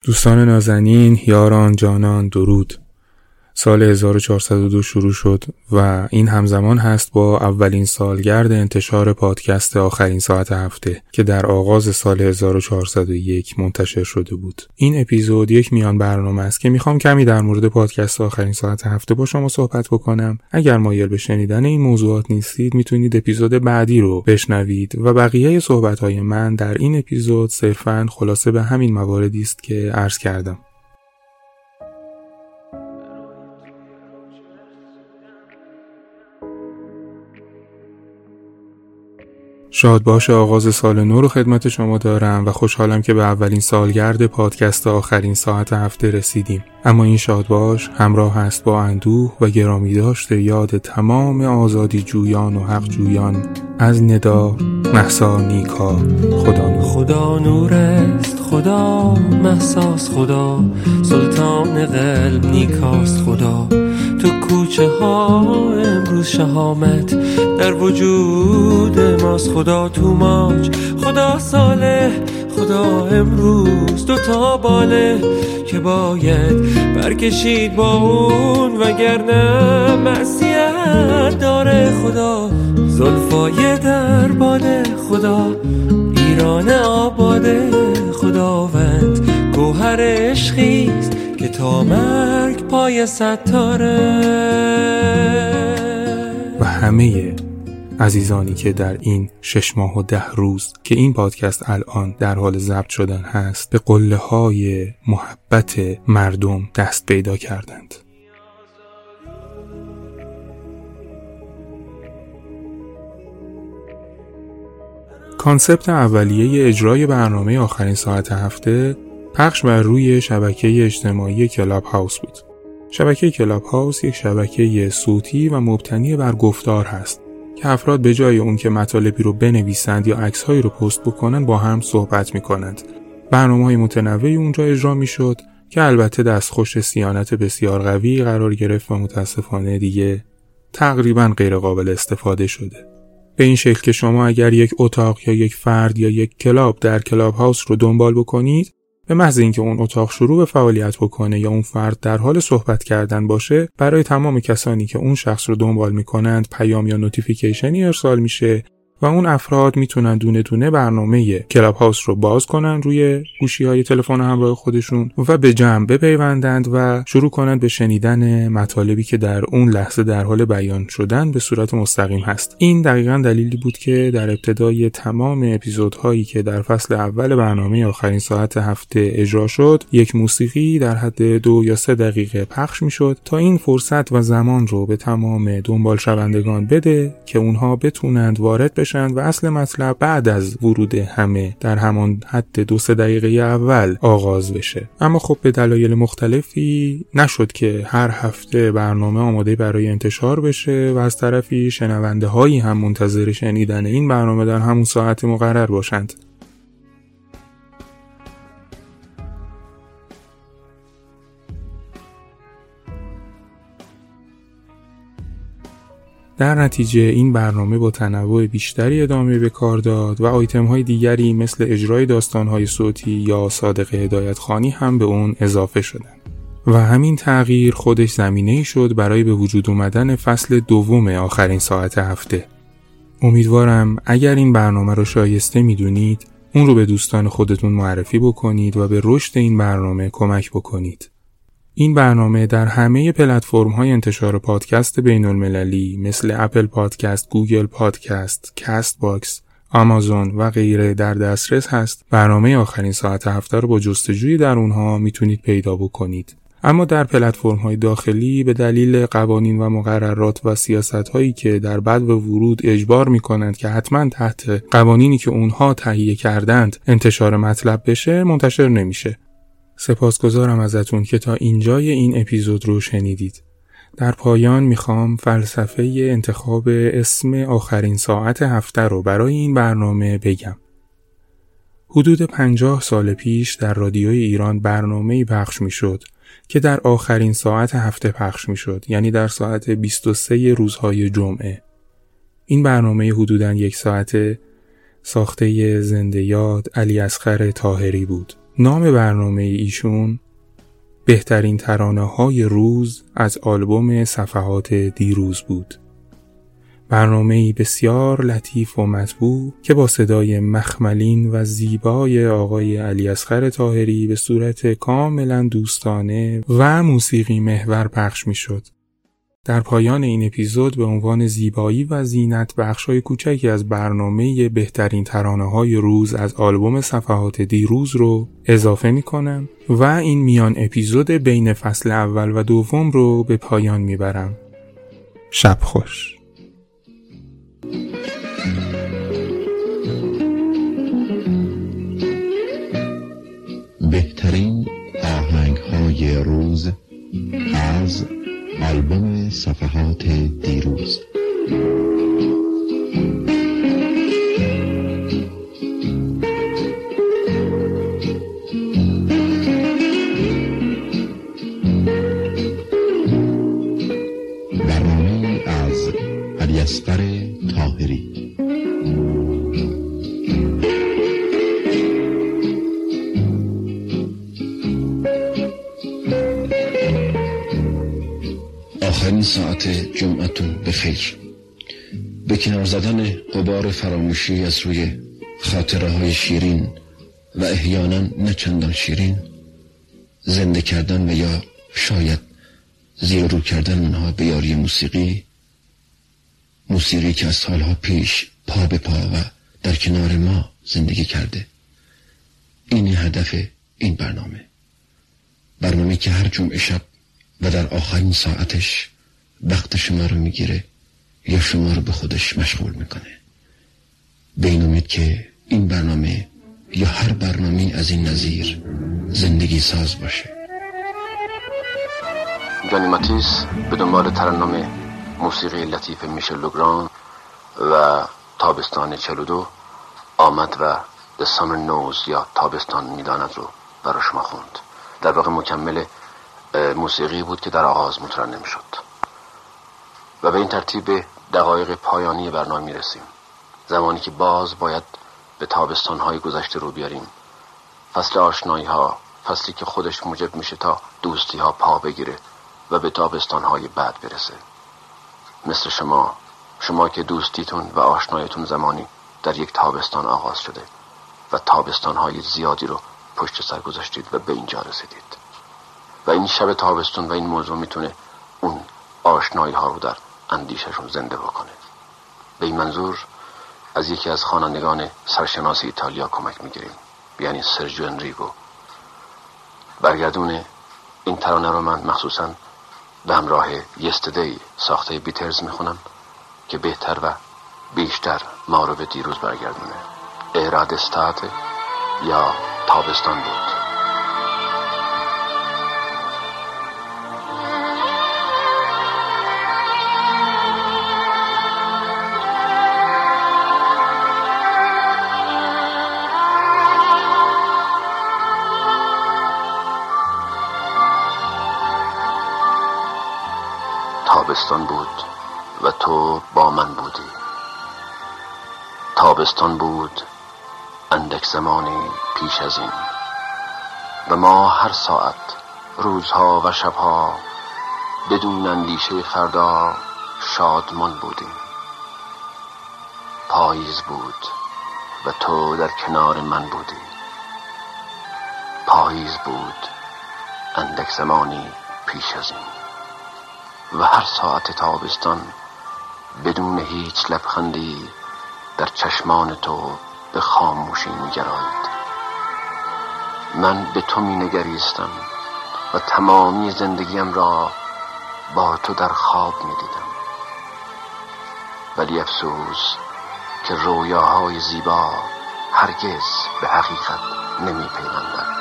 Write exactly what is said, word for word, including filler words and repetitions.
دوستان نازنین، یاران، جانان، درود. سال هزار و چهارصد و دو شروع شد و این همزمان هست با اولین سالگرد انتشار پادکست آخرین ساعت هفته که در آغاز سال هزار و چهارصد و یک منتشر شده بود. این اپیزود یک میان برنامه است که میخوام کمی در مورد پادکست آخرین ساعت هفته با شما صحبت بکنم. اگر مایل به شنیدن این موضوعات نیستید میتونید اپیزود بعدی رو بشنوید و بقیه صحبت‌های من در این اپیزود صرفاً خلاصه به همین مواردی است که عرض کردم. شاد باش آغاز سال نو رو خدمت شما دارم و خوشحالم که به اولین سالگرد پادکست آخرین ساعت هفته رسیدیم. اما این شاد باش همراه است با اندوه و گرامی داشته یاد تمام آزادی جویان و حق جویان از ندا مهسا نیکا. خدا نور. خدا نور است، خدا مهساست، خدا سلطان قلب نیکاست، خدا تو کوچه ها امروز شهامت در وجود ماست، خدا تو ماج، خدا صالح، خدا امروز دو تا باله که باید برکشید با اون وگرنه معصیت داره، خدا زلفای در باده، خدا ایران آباده، خداوند گوهر عشقیست که تا مرگ پای ستاره. و همه عزیزانی که در این شش ماه و ده روز که این پادکست الان در حال ضبط شدن هست به قله های محبت مردم دست پیدا کردند. کانسپت اولیه اجرای برنامه آخرین ساعت هفته پخش بر روی شبکه اجتماعی کلاب هاوس بود. شبکه کلاب هاوس یک شبکه صوتی و مبتنی بر گفتار هست که افراد به جای اون که مطالبی رو بنویسند یا عکس‌هایی رو پست بکنن با هم صحبت می‌کنند. برنامه‌های متنوعی اونجا اجرا می‌شد که البته دستخوش صیانت بسیار قوی قرار گرفت و متأسفانه دیگه تقریباً غیر قابل استفاده شده. به این شکل که شما اگر یک اتاق یا یک فرد یا یک کلاب در کلاب هاوس رو دنبال بکنید، به محض اینکه اون اتاق شروع به فعالیت بکنه یا اون فرد در حال صحبت کردن باشه، برای تمام کسانی که اون شخص رو دنبال میکنند پیام یا نوتیفیکیشنی ارسال میشه و اون افراد میتونن دونه دونه برنامه کلاب هاوس رو باز کنن روی گوشی‌های تلفن همراه خودشون و به جمع بپیوندند و شروع کنند به شنیدن مطالبی که در اون لحظه در حال بیان شدن به صورت مستقیم هست. این دقیقاً دلیلی بود که در ابتدای تمام اپیزودهایی که در فصل اول برنامه آخرین ساعت هفته اجرا شد، یک موسیقی در حد دو یا سه دقیقه پخش میشد تا این فرصت و زمان رو به تمام دنبال شوندگان بده که اونها بتونند وارد بشن و اصل مطلب بعد از ورود همه در همان حد دو سه دقیقه اول آغاز بشه. اما خب به دلایل مختلفی نشد که هر هفته برنامه آماده برای انتشار بشه و از طرفی شنونده هایی هم منتظر شنیدن این برنامه در همون ساعت مقرر باشند. در نتیجه این برنامه با تنوع بیشتری ادامه به کار داد و آیتم های دیگری مثل اجرای داستان های صوتی یا صادق هدایت خوانی هم به اون اضافه شدند. و همین تغییر خودش زمینه‌ای شد برای به وجود اومدن فصل دوم آخرین ساعت هفته. امیدوارم اگر این برنامه رو شایسته میدونید اون رو به دوستان خودتون معرفی بکنید و به رشد این برنامه کمک بکنید. این برنامه در همه پلتفرم‌های انتشار پادکست بین‌المللی مثل اپل پادکست، گوگل پادکست، کست باکس، آمازون و غیره در دسترس هست. برنامه آخرین ساعت هفته رو با جستجوی در اونها میتونید پیدا بکنید. اما در پلتفرم‌های داخلی به دلیل قوانین و مقررات و سیاست‌هایی که در بدو ورود اجبار می‌کنند که حتما تحت قوانینی که اونها تهیه کردند انتشار مطلب بشه، منتشر نمیشه. سپاسگزارم ازتون که تا اینجای این اپیزود رو شنیدید. در پایان میخوام فلسفه انتخاب اسم آخرین ساعت هفته رو برای این برنامه بگم. حدود پنجاه سال پیش در رادیوی ایران برنامه‌ای پخش میشد که در آخرین ساعت هفته پخش میشد، یعنی در ساعت بیست و سه روزهای جمعه. این برنامه حدوداً یک ساعته ساخته زنده یاد علی اصغر طاهری بود. نام برنامه ایشون بهترین ترانه‌های روز از آلبوم صفحات دیروز بود. برنامه‌ای بسیار لطیف و مطبوع که با صدای مخملین و زیبای آقای علی اصغر طاهری به صورت کاملا دوستانه و موسیقی محور پخش می‌شد. در پایان این اپیزود به عنوان زیبایی و زینت بخشای کوچکی از برنامه بهترین ترانه‌های روز از آلبوم صفحات دیروز رو اضافه می‌کنم و این میان اپیزود بین فصل اول و دوم رو به پایان میبرم. شب خوش. بهترین آهنگ‌های روز از آلبوم صفحات دیروز. برنامه از علی اصغر طاهری. آخرین ساعت جمعتون بخیر. به کنار زدن غبار فراموشی از روی خاطره های شیرین و احیانا نه چندان شیرین، زنده کردن و یا شاید زیر رو کردن اونها به یاری موسیقی موسیقی که از سالها پیش پا به پا و در کنار ما زندگی کرده. این هدف این برنامه برنامه که هر جمعه شب و در آخرین ساعتش وقت شما رو میگیره یا شما رو به خودش مشغول میکنه. به این امید که این برنامه یا هر برنامه از این نظیر زندگی ساز باشه. جانی ماتیس به دنبال ترنم موسیقی لطیف میشل لوگران و تابستان چهل و دو آمد و The Summer Knows یا تابستان میداند رو برای شما خوند. در واقع مکمل موسیقی بود که در آغاز مترنم شد و به این ترتیب به دقایق پایانی برنامه میرسیم. زمانی که باز باید به تابستان‌های گذشته رو بیاریم، فصل آشنایی‌ها، فصلی که خودش موجب میشه تا دوستی‌ها پا بگیره و به تابستان‌های بعد برسه. مثل شما شما که دوستیتون و آشناییتون زمانی در یک تابستان آغاز شده و تابستان‌های زیادی رو پشت سر گذاشتید و به اینجا رسیدید و این شب تابستون و این موضوع میتونه اون آشنایی‌ها رو در اندیششون زنده بکنه. به این منظور از یکی از خوانندگان سرشناس ایتالیا کمک میگیریم، یعنی سرجیو انریگو. برگردون این ترانه رو من مخصوصاً به همراه یستردی ساخته بیتلز میخونم که بهتر و بیشتر ما رو به دیروز برگردونه. ایراد استات یا تابستان بود. تابستان بود و تو با من بودی. تابستان بود اندک زمانی پیش از این و ما هر ساعت روزها و شبها بدون اندیشه فردا شادمان بودیم. پاییز بود و تو در کنار من بودی. پاییز بود اندک زمانی پیش از این و هر ساعت تابستان بدون هیچ لبخندی در چشمان تو به خاموشی می‌گرایید. من به تو می‌نگریستم و تمامی زندگیم را با تو در خواب می‌دیدم. ولی افسوس که رویاهای زیبا هرگز به حقیقت نمی‌پیوندند.